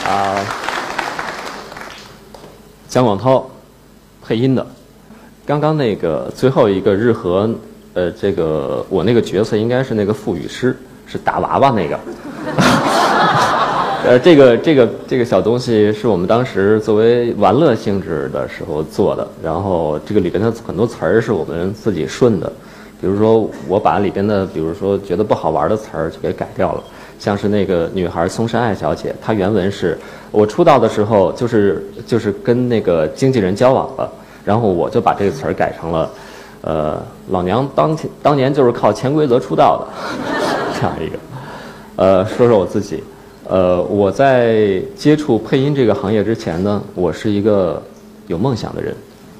姜广涛配音的。刚刚那个最后一个日和，这个我那个角色应该是那个腹语师，是打娃娃那个。这个小东西是我们当时作为玩乐性质的时候做的，然后这个里边的很多词儿是我们自己顺的，比如说我把里边的比如说觉得不好玩的词儿就给改掉了，像是那个女孩松山爱小姐，她原文是我出道的时候就是跟那个经纪人交往了，然后我就把这个词儿改成了老娘当年就是靠潜规则出道的这样一个。说说我自己。我在接触配音这个行业之前呢，我是一个有梦想的人。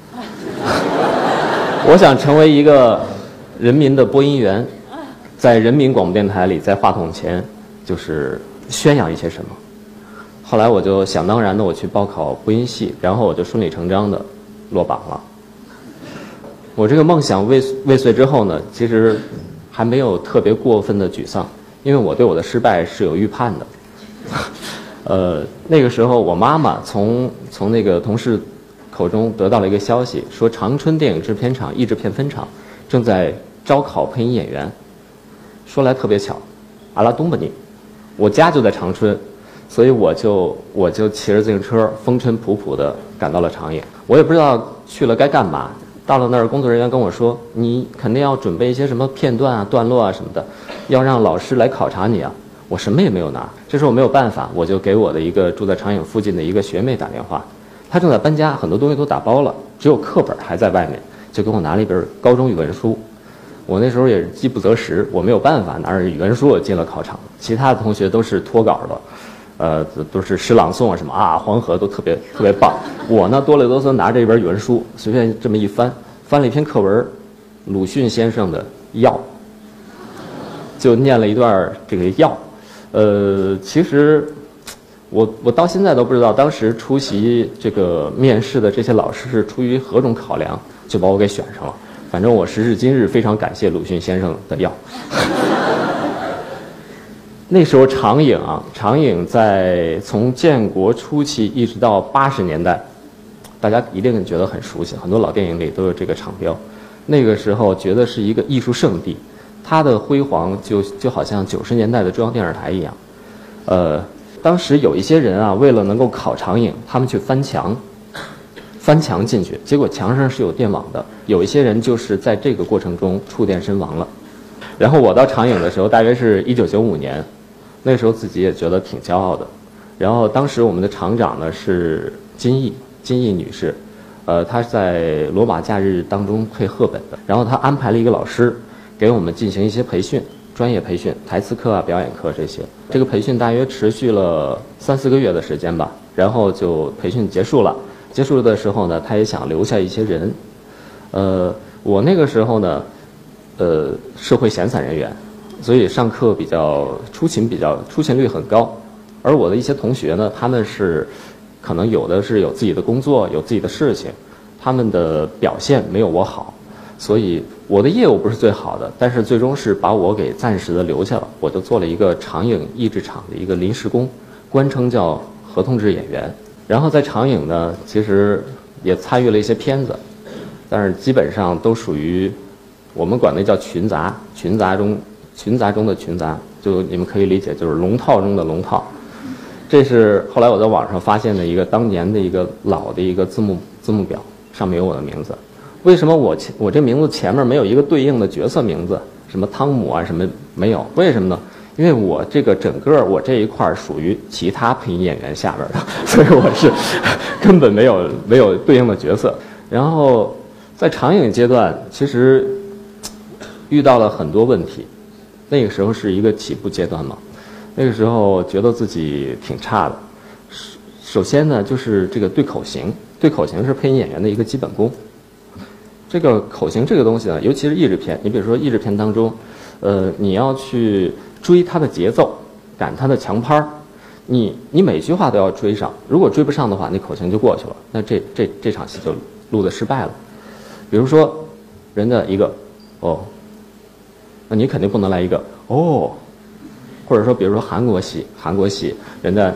我想成为一个人民的播音员，在人民广播电台里，在话筒前就是宣扬一些什么。后来我就想当然的我去报考播音系，然后我就顺理成章的落榜了。我这个梦想未遂之后呢，其实还没有特别过分的沮丧，因为我对我的失败是有预判的。那个时候我妈妈从那个同事口中得到了一个消息，说长春电影制片厂译制片分厂正在招考配音演员。说来特别巧，阿拉东巴尼，我家就在长春，所以我就骑着自行车风尘仆仆的赶到了长影。我也不知道去了该干嘛，到了那儿工作人员跟我说，你肯定要准备一些什么片段啊段落啊什么的，要让老师来考察你啊。我什么也没有拿，这时候我没有办法，我就给我的一个住在长影附近的一个学妹打电话，她正在搬家，很多东西都打包了，只有课本还在外面，就给我拿了一本高中语文书。我那时候也是饥不择食，我没有办法拿着语文书我进了考场，其他的同学都是脱稿的，都是诗朗诵啊什么啊，黄河都特别棒。我呢哆里哆嗦拿着一本语文书，随便这么一翻了一篇课文，鲁迅先生的《药》，就念了一段这个药。其实我到现在都不知道当时出席这个面试的这些老师是出于何种考量，就把我给选上了。反正我时至今日非常感谢鲁迅先生的药。那时候长影在从建国初期一直到80年代，大家一定觉得很熟悉，很多老电影里都有这个厂标。那个时候觉得是一个艺术圣地。它的辉煌就好像90年代的中央电视台一样，当时有一些人啊，为了能够考长影，他们去翻墙进去，结果墙上是有电网的，有一些人就是在这个过程中触电身亡了。然后我到长影的时候，大约是1995年，那时候自己也觉得挺骄傲的。然后当时我们的厂长呢是金毅女士，她在《罗马假日》当中配赫本的，然后她安排了一个老师。给我们进行一些培训，专业培训，台词课啊、表演课这些。这个培训大约持续了3-4个月的时间吧，然后就培训结束了。结束的时候呢，他也想留下一些人。我那个时候呢，社会闲散人员，所以上课比较出勤率很高。而我的一些同学呢，他们是可能有的是有自己的工作，有自己的事情，他们的表现没有我好。所以我的业务不是最好的，但是最终是把我给暂时的留下了，我就做了一个长影译制厂的一个临时工，官称叫合同制演员。然后在长影呢，其实也参与了一些片子，但是基本上都属于我们管那叫群杂中的群杂，就你们可以理解就是龙套中的龙套。这是后来我在网上发现的一个当年的一个老的一个字幕表，上面有我的名字。为什么我这名字前面没有一个对应的角色名字，什么汤姆啊什么没有？为什么呢？因为我这个整个我这一块属于其他配音演员下边的，所以我是根本没有对应的角色。然后在长影阶段，其实遇到了很多问题。那个时候是一个起步阶段嘛，那个时候觉得自己挺差的。首先呢，就是这个对口型是配音演员的一个基本功。这个口型这个东西呢，尤其是译制片，你比如说译制片当中，你要去追它的节奏，赶它的强拍儿，你每句话都要追上，如果追不上的话，那口型就过去了，那这场戏就录的失败了。比如说人的一个哦，那你肯定不能来一个哦，或者说比如说韩国戏人的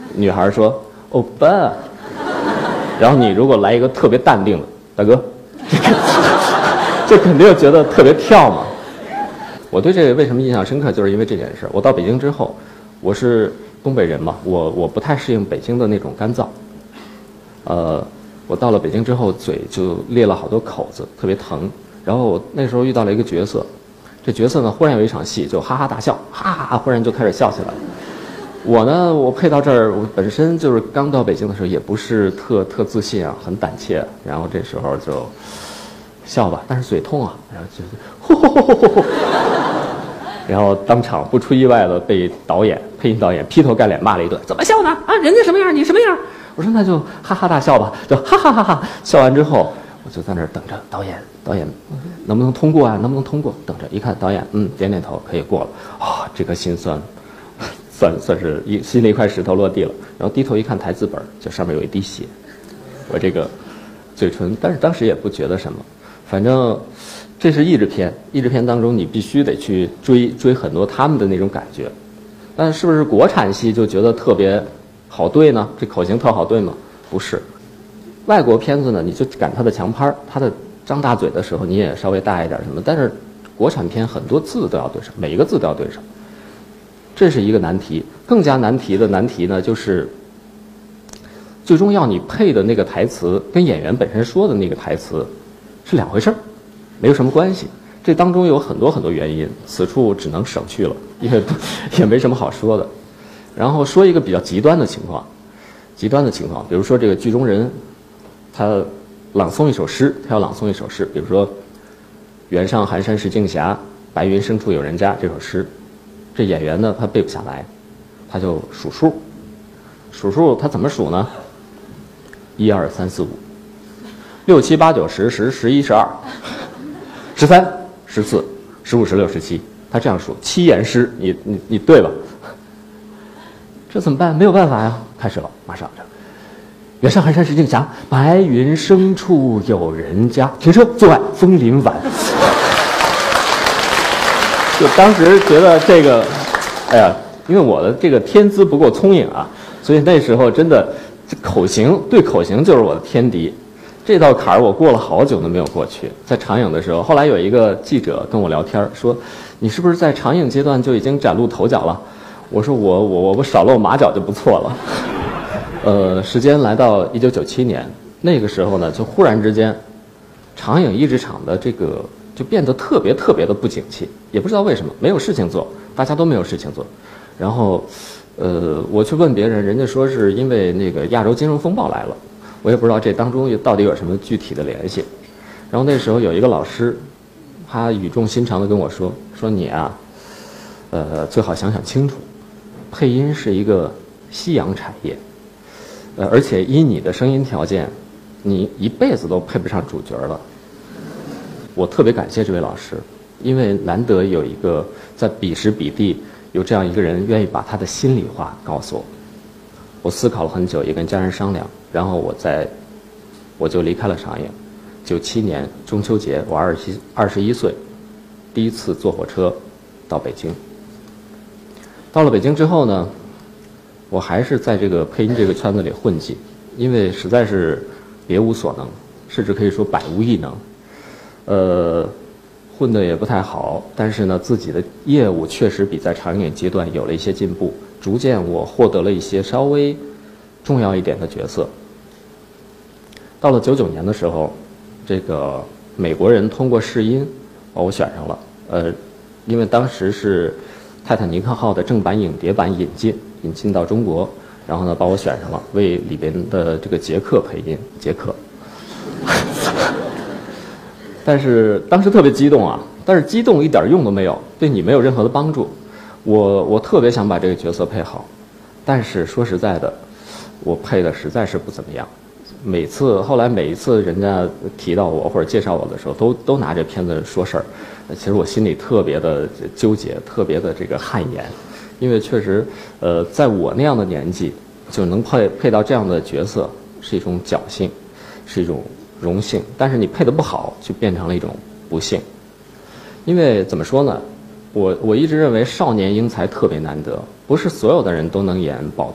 女孩说欧巴，然后你如果来一个特别淡定的大哥，这肯定觉得特别跳嘛。我对这个为什么印象深刻，就是因为这件事。我到北京之后，我是东北人嘛，我不太适应北京的那种干燥。我到了北京之后，嘴就裂了好多口子，特别疼。然后我那时候遇到了一个角色，这角色呢忽然有一场戏就哈哈大笑，哈，忽然就开始笑起来了。我呢，我配到这儿，我本身就是刚到北京的时候也不是特自信啊，很胆怯。然后这时候就笑吧，但是嘴痛啊，然后就是然后当场不出意外的被配音导演劈头盖脸骂了一顿，怎么笑呢？啊，人家什么样你什么样？我说那就哈哈大笑吧，就哈哈哈哈。笑完之后，我就在那儿等着导演能不能通过啊？能不能通过？等着，一看导演点点头，可以过了。这颗心算是心里一块石头落地了。然后低头一看台字本，就上面有一滴血，我这个嘴唇，但是当时也不觉得什么，反正这是译制片当中你必须得去追很多他们的那种感觉。但是不是国产戏就觉得特别好对呢？这口型特好对吗？不是。外国片子呢，你就赶他的强拍，他的张大嘴的时候你也稍微大一点什么，但是国产片很多字都要对上，每一个字都要对上，这是一个难题。更加难题呢，就是最终要你配的那个台词跟演员本身说的那个台词是两回事儿，没有什么关系。这当中有很多原因，此处只能省去了，因为也没什么好说的。然后说一个比较极端的情况，比如说这个剧中人他要朗诵一首诗，比如说原上寒山石径斜，白云深处有人家这首诗，这演员呢他背不下来，他就数数他怎么数呢？1、2、3、4、5、6、7、8、9、10、11、12、13、14、15、16、17，他这样数7言诗，你对吧？这怎么办？没有办法呀！开始了，马上这。远上寒山石径斜，白云深处有人家。停车，坐爱枫林晚。就当时觉得这个，哎呀，因为我的这个天资不够聪颖啊，所以那时候真的口型就是我的天敌。这道坎儿我过了好久都没有过去。在长影的时候，后来有一个记者跟我聊天说：“你是不是在长影阶段就已经崭露头角了？”我说我少露马脚就不错了。时间来到1997年，那个时候呢，就忽然之间，长影译制厂的这个就变得特别的不景气，也不知道为什么，没有事情做，大家都没有事情做。然后，我去问别人，人家说是因为那个亚洲金融风暴来了，我也不知道这当中到底有什么具体的联系。然后那时候有一个老师，他语重心长地跟我说你啊，最好想清楚。配音是一个夕阳产业，而且依你的声音条件，你一辈子都配不上主角了。我特别感谢这位老师，因为难得有一个在彼时彼地有这样一个人愿意把他的心里话告诉我。我思考了很久，也跟家人商量，然后我就离开了长影。97年中秋节，我21岁，第一次坐火车到北京。到了北京之后呢，我还是在这个配音这个圈子里混迹，因为实在是别无所能，甚至可以说百无一能。混得也不太好，但是呢，自己的业务确实比在长影阶段有了一些进步，逐渐我获得了一些稍微重要一点的角色。到了99年的时候，这个美国人通过试音把我选上了，因为当时是泰坦尼克号的正版影碟版引进到中国，然后呢把我选上了，为里边的这个杰克配音。杰克，但是当时特别激动啊，但是激动一点用都没有，对你没有任何的帮助。我特别想把这个角色配好，但是说实在的，我配的实在是不怎么样。后来每一次人家提到我或者介绍我的时候，都拿这片子说事儿。其实我心里特别的纠结，特别的这个汗颜，因为确实，在我那样的年纪就能配到这样的角色，是一种侥幸，是一种荣幸。但是你配得不好，就变成了一种不幸。因为怎么说呢，我一直认为少年英才特别难得，不是所有的人都能演宝黛，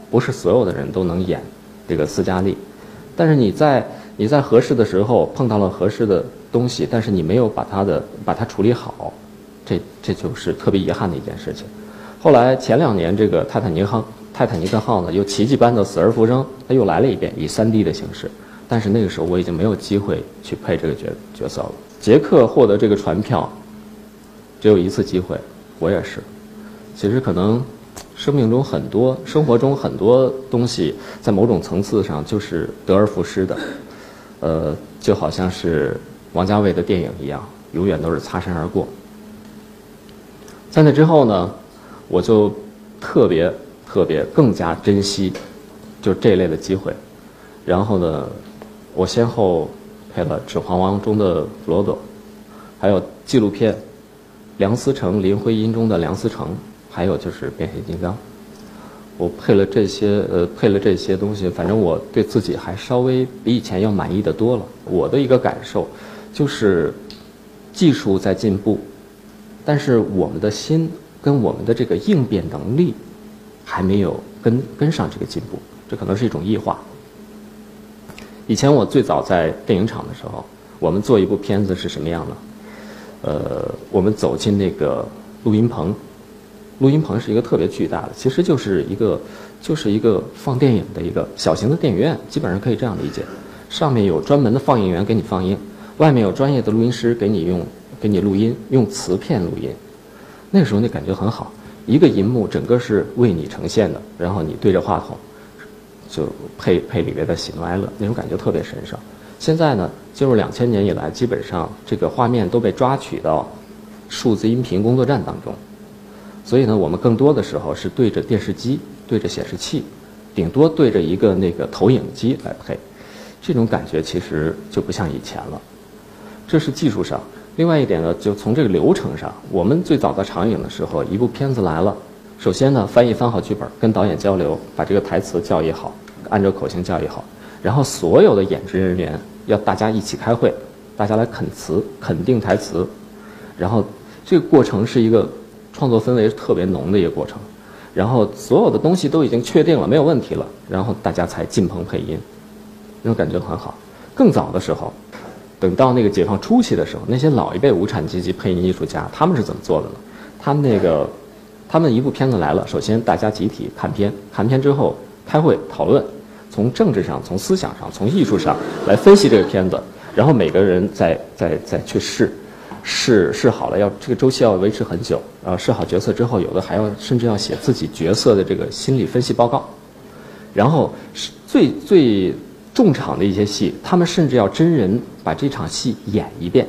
不是所有的人都能演这个斯嘉丽，但是你在合适的时候碰到了合适的东西，但是你没有把它处理好，这就是特别遗憾的一件事情。后来前2年这个泰坦尼克号呢又奇迹般的死而复生，它又来了一遍，以 3D 的形式。但是那个时候我已经没有机会去配这个角色了。杰克获得这个船票只有一次机会，我也是。其实可能生活中很多东西在某种层次上就是得而复失的，就好像是王家卫的电影一样，永远都是擦身而过。在那之后呢，我就特别更加珍惜就这一类的机会。然后呢，我先后配了《指环王》中的弗罗多，还有纪录片《梁思成林徽因》中的梁思成，还有就是《变形金刚》。我配了这些东西，反正我对自己还稍微比以前要满意的多了。我的一个感受就是技术在进步，但是我们的心跟我们的这个应变能力还没有跟上这个进步，这可能是一种异化。以前我最早在电影厂的时候，我们做一部片子是什么样的？我们走进那个录音棚，录音棚是一个特别巨大的，其实就是一个放电影的一个小型的电影院，基本上可以这样理解。上面有专门的放映员给你放映，外面有专业的录音师给你录音，用磁片录音。那个时候那感觉很好，一个银幕整个是为你呈现的，然后你对着话筒就配里面的喜怒哀乐，那种感觉特别神圣。现在呢，进入2000年以来，基本上这个画面都被抓取到数字音频工作站当中，所以呢，我们更多的时候是对着电视机、对着显示器，顶多对着一个那个投影机来配，这种感觉其实就不像以前了。这是技术上。另外一点呢，就从这个流程上，我们最早在长影的时候，一部片子来了，首先呢，翻好剧本，跟导演交流，把这个台词教译好，按照口型教译好，然后所有的演职人员要大家一起开会，大家来肯定台词，然后这个过程是一个创作氛围特别浓的一个过程，然后所有的东西都已经确定了，没有问题了，然后大家才进棚配音，那种感觉很好。更早的时候，等到那个解放初期的时候，那些老一辈无产阶级配音艺术家，他们是怎么做的呢？他们一部片子来了，首先大家集体看片之后开会讨论，从政治上、从思想上、从艺术上来分析这个片子，然后每个人再去试好了，这个周期要维持很久。试好角色之后，有的还甚至要写自己角色的这个心理分析报告，然后最重场的一些戏，他们甚至要真人把这场戏演一遍，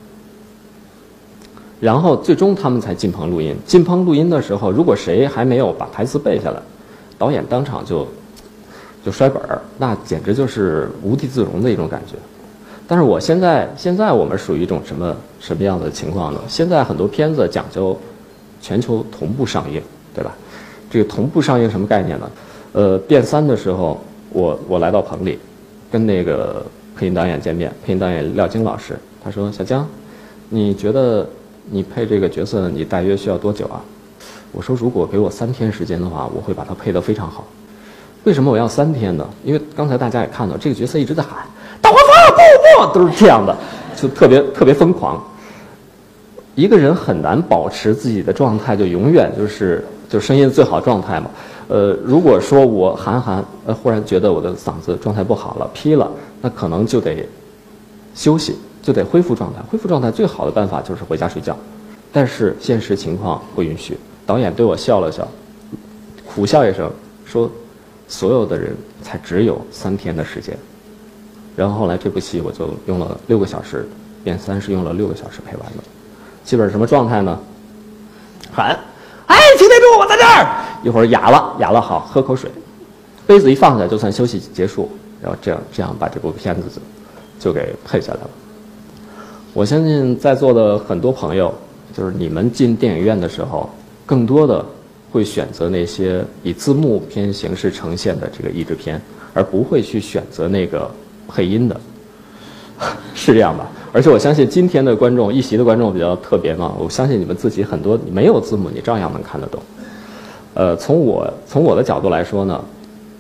然后最终他们才进棚录音。进棚录音的时候，如果谁还没有把台词背下来，导演当场就摔本儿，那简直就是无地自容的一种感觉。但是现在我们属于一种什么样的情况呢？现在很多片子讲究全球同步上映，对吧？这个同步上映什么概念呢？变3的时候，我来到棚里，跟那个配音导演见面，配音导演廖晶老师，他说：“小江，你觉得你配这个角色，你大约需要多久啊？”我说：“如果给我3天时间的话，我会把它配得非常好。”为什么我要3天呢？因为刚才大家也看到，这个角色一直在喊“大黄蜂不”，都是这样的，就特别疯狂。一个人很难保持自己的状态，就永远就声音最好状态嘛。如果说我喊，忽然觉得我的嗓子状态不好了，劈了，那可能就得休息，就得恢复状态。恢复状态最好的办法就是回家睡觉，但是现实情况不允许。导演对我笑了笑，苦笑一声，说：“所有的人才只有3天的时间。”然后后来这部戏我就用了6个小时，变3是用了6个小时配完的。基本什么状态呢？喊：“哎，请记住，我在这儿！”一会儿哑了好，喝口水，杯子一放下就算休息结束，然后这样把这部片子就给配下来了。我相信在座的很多朋友，就是你们进电影院的时候，更多的会选择那些以字幕片形式呈现的这个译制片，而不会去选择那个配音的，是这样吧？而且我相信今天的观众，一席的观众比较特别嘛，我相信你们自己很多没有字幕，你照样能看得懂。从我的角度来说呢，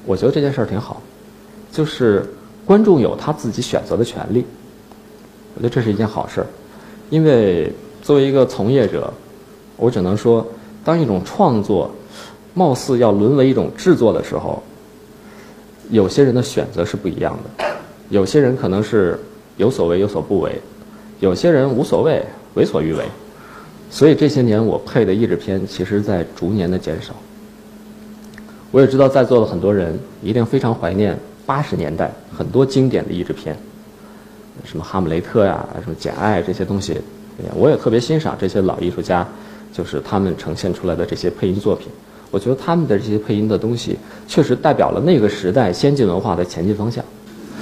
我觉得这件事儿挺好，就是观众有他自己选择的权利，我觉得这是一件好事儿。因为作为一个从业者，我只能说，当一种创作貌似要沦为一种制作的时候，有些人的选择是不一样的，有些人可能是有所为有所不为，有些人无所谓为所欲为。所以这些年我配的译制片其实在逐年的减少。我也知道在座的很多人一定非常怀念80年代很多经典的译制片，什么哈姆雷特呀、什么简爱这些东西，我也特别欣赏这些老艺术家，就是他们呈现出来的这些配音作品。我觉得他们的这些配音的东西确实代表了那个时代先进文化的前进方向。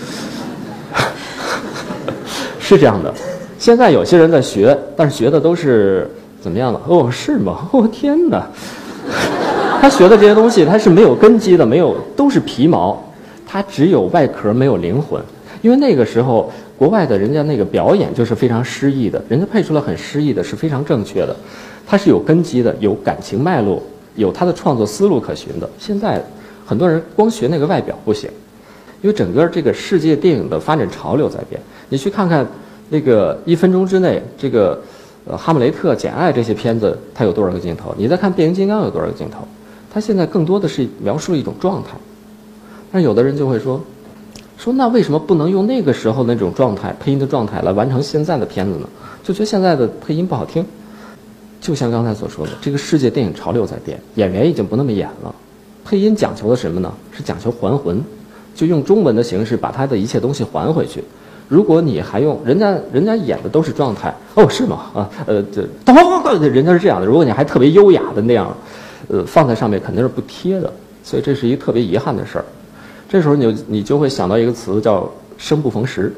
是这样的，现在有些人在学，但是学的都是怎么样的？哦，是吗？哦，天哪！他学的这些东西，他是没有根基的，没有，都是皮毛，他只有外壳，没有灵魂。因为那个时候，国外的人家那个表演就是非常诗意的，人家配出来很诗意的，是非常正确的，它是有根基的，有感情脉络，有他的创作思路可循的。现在很多人光学那个外表不行，因为整个这个世界电影的发展潮流在变。你去看看那个1分钟之内，这个哈姆雷特、简爱这些片子，它有多少个镜头？你再看变形金刚有多少个镜头？它现在更多的是描述一种状态。但是有的人就会说那为什么不能用那个时候那种状态，配音的状态来完成现在的片子呢？就觉得现在的配音不好听。就像刚才所说的，这个世界电影潮流在变，演员已经不那么演了。配音讲求的什么呢？是讲求还魂，就用中文的形式把他的一切东西还回去。如果你还用人家演的都是状态，哦，是吗？啊，人家是这样的。如果你还特别优雅的那样，放在上面肯定是不贴的，所以这是一个特别遗憾的事儿。这时候你就会想到一个词叫生不逢时。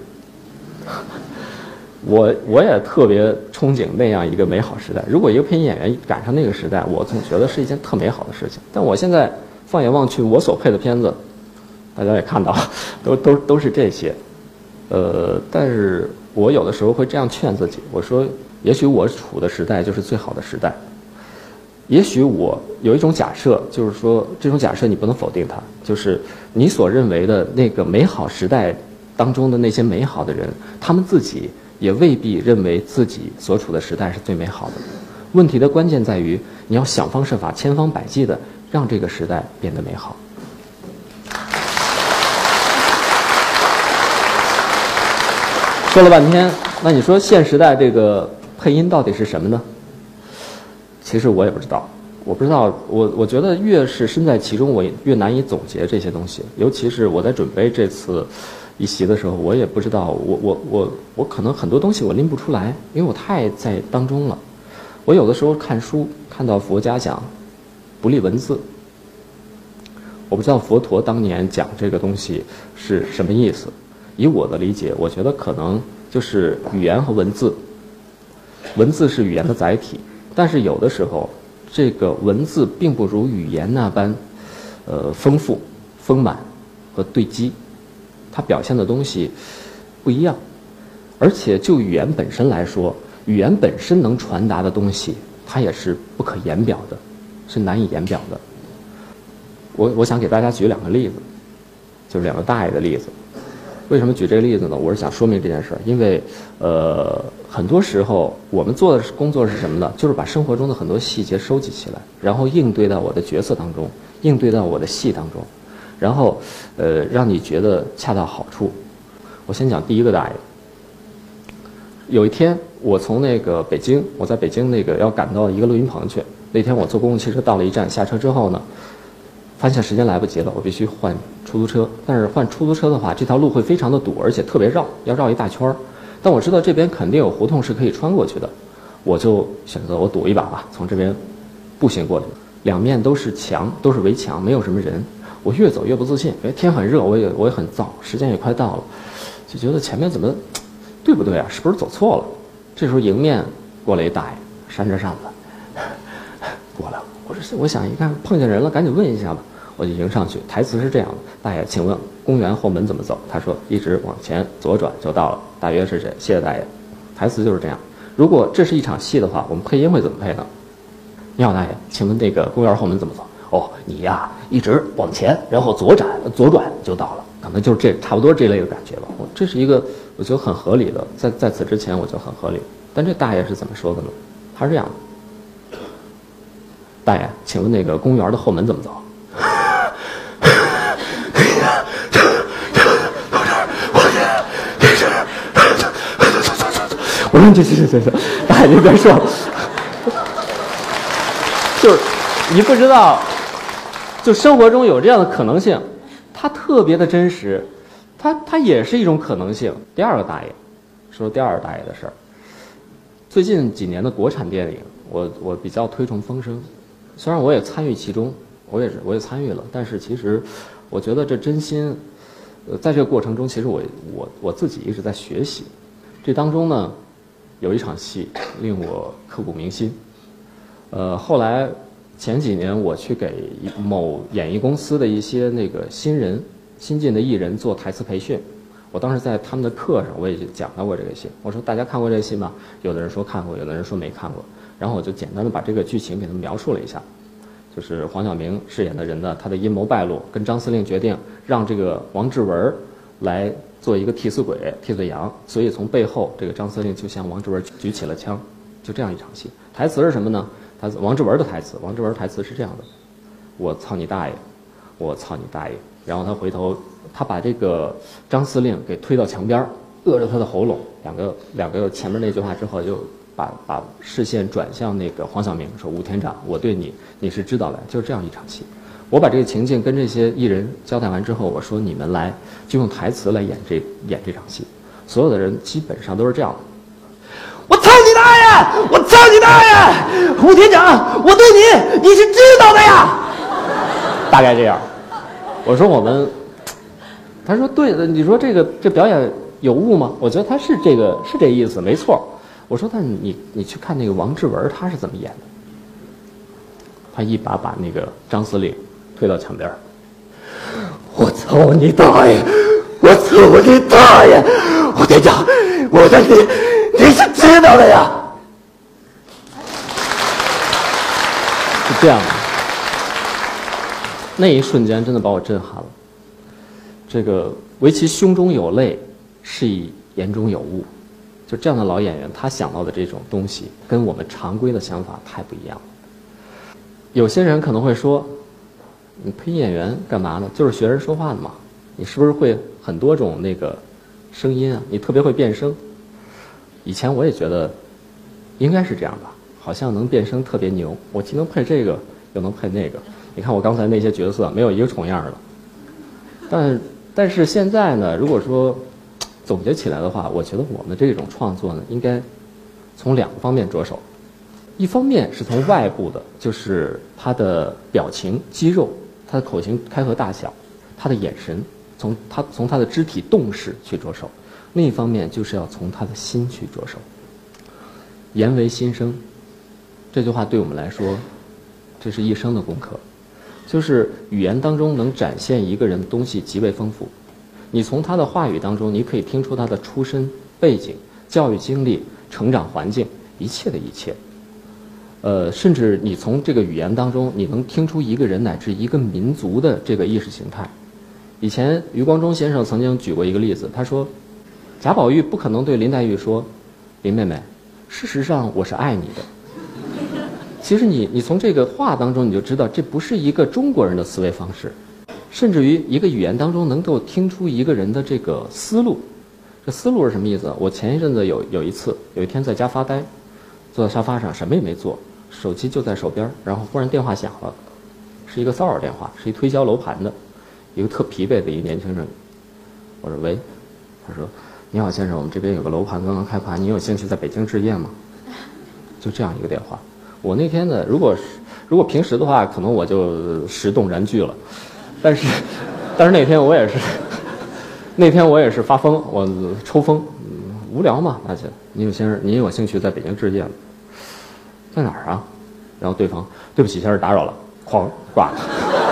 我也特别憧憬那样一个美好时代。如果一个配音演员赶上那个时代，我总觉得是一件特美好的事情。但我现在放眼望去，我所配的片子，大家也看到，都是这些。但是我有的时候会这样劝自己，我说，也许我处的时代就是最好的时代。也许我有一种假设，就是说这种假设你不能否定它，就是你所认为的那个美好时代当中的那些美好的人，他们自己也未必认为自己所处的时代是最美好的。问题的关键在于，你要想方设法、千方百计的让这个时代变得美好。说了半天，那你说现时代这个配音到底是什么呢？其实我也不知道，我觉得越是身在其中，我越难以总结这些东西。尤其是我在准备这次一席的时候，我也不知道，我可能很多东西我拎不出来，因为我太在当中了。我有的时候看书看到佛家讲不立文字，我不知道佛陀当年讲这个东西是什么意思。以我的理解，我觉得可能就是语言和文字，文字是语言的载体。但是有的时候，这个文字并不如语言那般，丰富、丰满和对击，它表现的东西不一样。而且就语言本身来说，语言本身能传达的东西，它也是不可言表的，是难以言表的。我想给大家举2个例子，就是2个大爷的例子。为什么举这个例子呢？我是想说明这件事儿，因为很多时候我们做的工作是什么呢？就是把生活中的很多细节收集起来，然后应对到我的角色当中，应对到我的戏当中，然后让你觉得恰到好处。我先讲第一个大爷。有一天我从那个北京，我在北京那个要赶到一个录音棚去。那天我坐公共汽车到了一站，下车之后呢，发现时间来不及了，我必须换出租车。但是换出租车的话，这条路会非常的堵，而且特别绕，要绕一大圈儿。但我知道这边肯定有胡同是可以穿过去的，我就选择我赌一把吧，从这边步行过去。2面都是墙，都是围墙，没有什么人。我越走越不自信，因为天很热，我也很燥，时间也快到了，就觉得前面怎么对不对啊？是不是走错了？这时候迎面过来一大爷，扇着扇子过来了。我想一看碰见人了，赶紧问一下吧。我就迎上去，台词是这样的：大爷，请问公园后门怎么走？他说一直往前左转就到了，大约是这，谢谢大爷。台词就是这样。如果这是一场戏的话，我们配音会怎么配呢？你好，大爷，请问那个公园后门怎么走？ 哦，你呀一直往前，然后左转就到了，可能就是差不多这类的感觉吧。这是一个我觉得很合理的，在此之前我觉得很合理。但这大爷是怎么说的呢？他是这样的：大爷，请问那个公园的后门怎么走？我说这，大爷就别说了，就是你不知道，就生活中有这样的可能性，它特别的真实，它也是一种可能性。第二个大爷，说第二个大爷的事儿。最近几年的国产电影，我比较推崇《风声》，虽然我也参与其中，我也参与了，但是其实我觉得这真心，在这个过程中，其实我自己一直在学习。这当中呢，有一场戏令我刻骨铭心。后来前几年我去给某演艺公司的一些那个新进的艺人做台词培训。我当时在他们的课上，我也讲到过这个戏。我说大家看过这个戏吗？有的人说看过，有的人说没看过。然后我就简单的把这个剧情给他们描述了一下，就是黄晓明饰演的人呢，他的阴谋败露，跟张司令决定让这个王志文来做一个替死鬼、替罪羊，所以从背后这个张司令就向王志文举起了枪，就这样一场戏。台词是什么呢？王志文的台词是这样的：我操你大爷，我操你大爷！然后他回头。他把这个张司令给推到墙边，扼着他的喉咙。两个前面那句话之后，就把视线转向那个黄晓明，说：“吴天长，我对你是知道的。”就是这样一场戏。我把这个情境跟这些艺人交代完之后，我说：“你们来，就用台词来演这场戏。”所有的人基本上都是这样的：“我操你大爷！我操你大爷！吴天长，我对你是知道的呀！”大概这样。我说我们。他说对的，你说这表演有误吗？我觉得他是这意思，没错。我说但你去看那个王志文他是怎么演的？他一把那个张司令推到墙边，我操你大爷！我操你大爷！吴天长，我的你是知道的呀。是这样的，那一瞬间真的把我震撼了。这个唯其胸中有泪，是以言中有物，就这样的老演员，他想到的这种东西，跟我们常规的想法太不一样了。有些人可能会说，你配音演员干嘛呢？就是学人说话的嘛。你是不是会很多种那个声音啊？你特别会变声。以前我也觉得应该是这样吧，好像能变声特别牛，我既能配这个，又能配那个。你看我刚才那些角色，没有一个重样的。但是现在呢，如果说总结起来的话，我觉得我们这种创作呢，应该从两个方面着手。一方面是从外部的，就是他的表情、肌肉，他的口型开合大小，他的眼神，从他的肢体动势去着手。另一方面就是要从他的心去着手。言为心声，这句话对我们来说，这是一生的功课。就是语言当中能展现一个人的东西极为丰富，你从他的话语当中，你可以听出他的出身背景、教育经历、成长环境，一切的一切。甚至你从这个语言当中，你能听出一个人乃至一个民族的这个意识形态。以前余光中先生曾经举过一个例子，他说，贾宝玉不可能对林黛玉说：“林妹妹，事实上我是爱你的。”其实你从这个话当中，你就知道这不是一个中国人的思维方式，甚至于一个语言当中能够听出一个人的这个思路。这思路是什么意思？我前一阵子有一天在家发呆，坐在沙发上什么也没做，手机就在手边，然后忽然电话响了，是一个骚扰电话，是一推销楼盘的，一个特疲惫的一个年轻人。我说喂，他说你好先生，我们这边有个楼盘刚刚开盘，你有兴趣在北京置业吗？就这样一个电话。我那天呢，如果平时的话，可能我就石动燃具了，但是那天我也是发疯，我抽风，无聊嘛，而且你有兴趣在北京置业吗？在哪儿啊？然后对方对不起先生打扰了，哐挂了。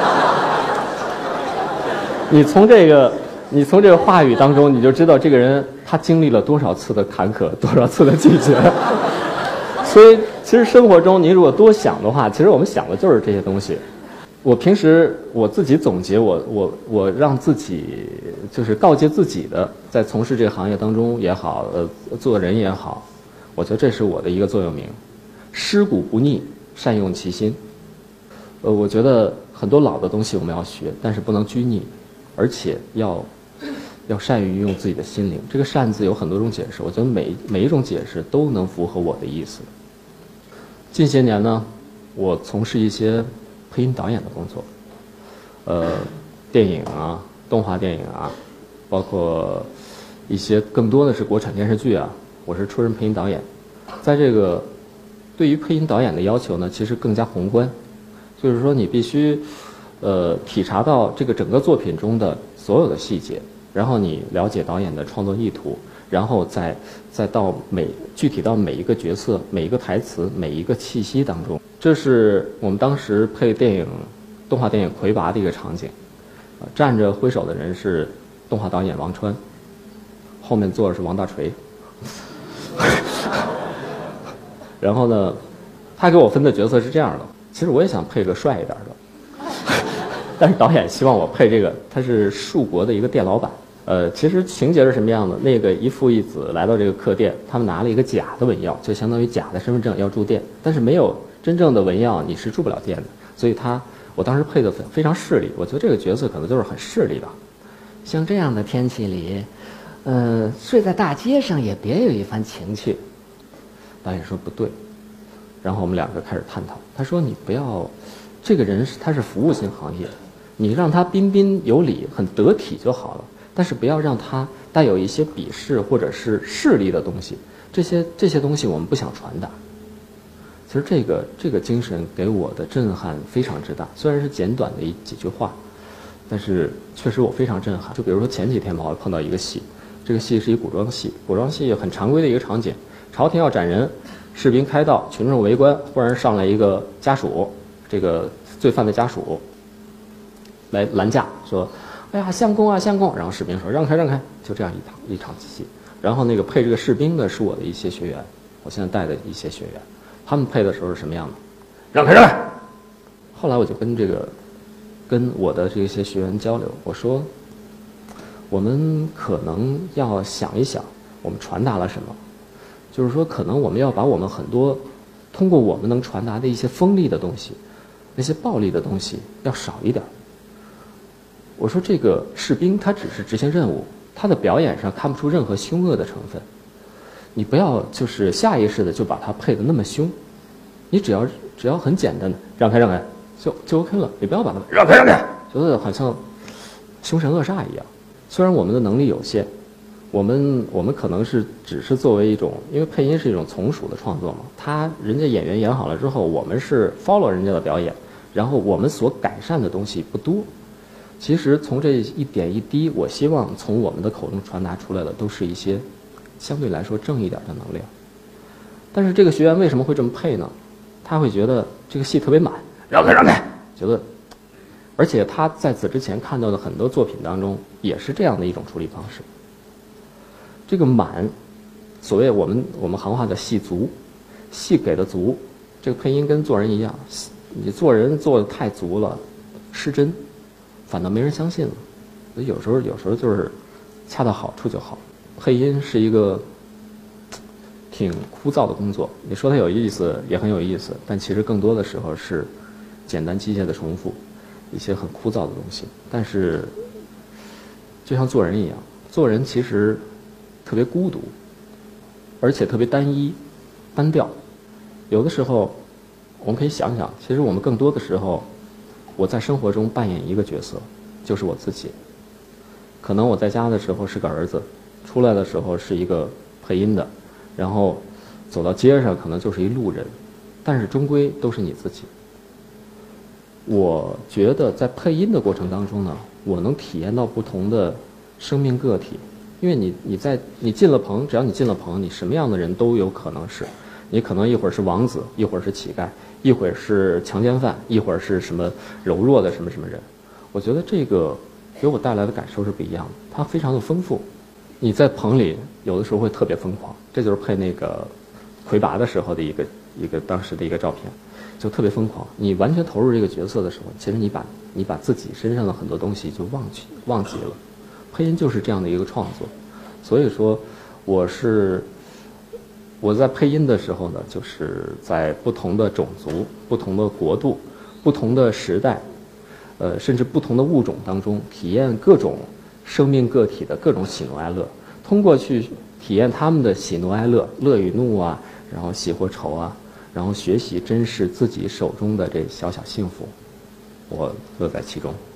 你从这个话语当中，你就知道这个人他经历了多少次的坎坷，多少次的拒绝。所以其实生活中你如果多想的话，其实我们想的就是这些东西。 我平时我自己总结，我让自己就是告诫自己的，在从事这个行业当中也好，做人也好，我觉得这是我的一个座右铭：尸骨不逆，善用其心。我觉得很多老的东西我们要学，但是不能拘泥，而且要善于运用自己的心灵。这个善字有很多种解释，我觉得每一种解释都能符合我的意思。近些年呢，我从事一些配音导演的工作，电影啊，动画电影啊，包括一些更多的是国产电视剧啊，我是出任配音导演。在这个对于配音导演的要求呢，其实更加宏观，就是说你必须体察到这个整个作品中的所有的细节，然后你了解导演的创作意图，然后再到具体到每一个角色、每一个台词、每一个气息当中。这是我们当时配动画电影《魁拔》的一个场景，站着挥手的人是动画导演王川，后面坐的是王大锤。然后呢，他给我分的角色是这样的，其实我也想配个帅一点的，但是导演希望我配这个，他是树国的一个店老板。其实情节是什么样的？那个一父一子来到这个客店，他们拿了一个假的文钥，就相当于假的身份证要住店，但是没有真正的文钥，你是住不了店的。所以我当时配的非常势利，我觉得这个角色可能就是很势利的。 像这样的天气里，睡在大街上也别有一番情趣。 导演说不对，然后我们两个开始探讨。他说你不要，这个人他是服务性行业，你让他彬彬有礼、很得体就好了。但是不要让他带有一些鄙视或者是势利的东西，这些东西我们不想传达。其实这个精神给我的震撼非常之大，虽然是简短的几句话，但是确实我非常震撼。就比如说前几天吧，我碰到一个戏，这个戏是一古装戏，古装戏很常规的一个场景，朝廷要斩人，士兵开道，群众围观，忽然上来一个家属，这个罪犯的家属来拦架，说哎呀，相公啊，相公！然后士兵说让开，让开，就这样一场戏。然后那个配这个士兵的是我的一些学员，我现在带的一些学员，他们配的时候是什么样的？让开，让开！后来我就跟我的这些学员交流，我说，我们可能要想一想，我们传达了什么？就是说，可能我们要把我们很多通过我们能传达的一些锋利的东西，那些暴力的东西要少一点。我说这个士兵他只是执行任务，他的表演上看不出任何凶恶的成分，你不要就是下意识的就把他配得那么凶，你只要很简单的让开让开就 OK 了，你不要把他让开让开，觉得好像凶神恶煞一样。虽然我们的能力有限，我们可能是只是作为一种，因为配音是一种从属的创作嘛，人家演员演好了之后，我们是 follow 人家的表演，然后我们所改善的东西不多。其实从这一点一滴，我希望从我们的口中传达出来的都是一些相对来说正一点的能量。但是这个学员为什么会这么配呢？他会觉得这个戏特别满，让开让开，觉得，而且他在此之前看到的很多作品当中也是这样的一种处理方式。这个满，所谓我们行话叫戏足，戏给的足，这个配音跟做人一样，你做人做的太足了，失真。反倒没人相信了，所以有时候就是恰到好处就好。配音是一个挺枯燥的工作，你说它有意思也很有意思，但其实更多的时候是简单机械的重复一些很枯燥的东西。但是就像做人一样，做人其实特别孤独，而且特别单一单调。有的时候我们可以想想，其实我们更多的时候，我在生活中扮演一个角色，就是我自己。可能我在家的时候是个儿子，出来的时候是一个配音的，然后走到街上可能就是一路人，但是终归都是你自己。我觉得在配音的过程当中呢，我能体验到不同的生命个体，因为你进了棚，只要你进了棚，你什么样的人都有可能是。你可能一会儿是王子，一会儿是乞丐，一会儿是强奸犯，一会儿是什么柔弱的什么什么人。我觉得这个给我带来的感受是不一样的，它非常的丰富。你在棚里有的时候会特别疯狂，这就是配那个魁拔的时候的一个当时的一个照片。 就特别疯狂。你完全投入这个角色的时候，其实你把自己身上的很多东西就忘记了。配音就是这样的一个创作，所以说我在配音的时候呢，就是在不同的种族、不同的国度、不同的时代，甚至不同的物种当中，体验各种生命个体的各种喜怒哀乐，通过去体验他们的喜怒哀乐、乐与怒啊，然后喜或愁啊，然后学习珍视自己手中的这小小幸福，我乐在其中。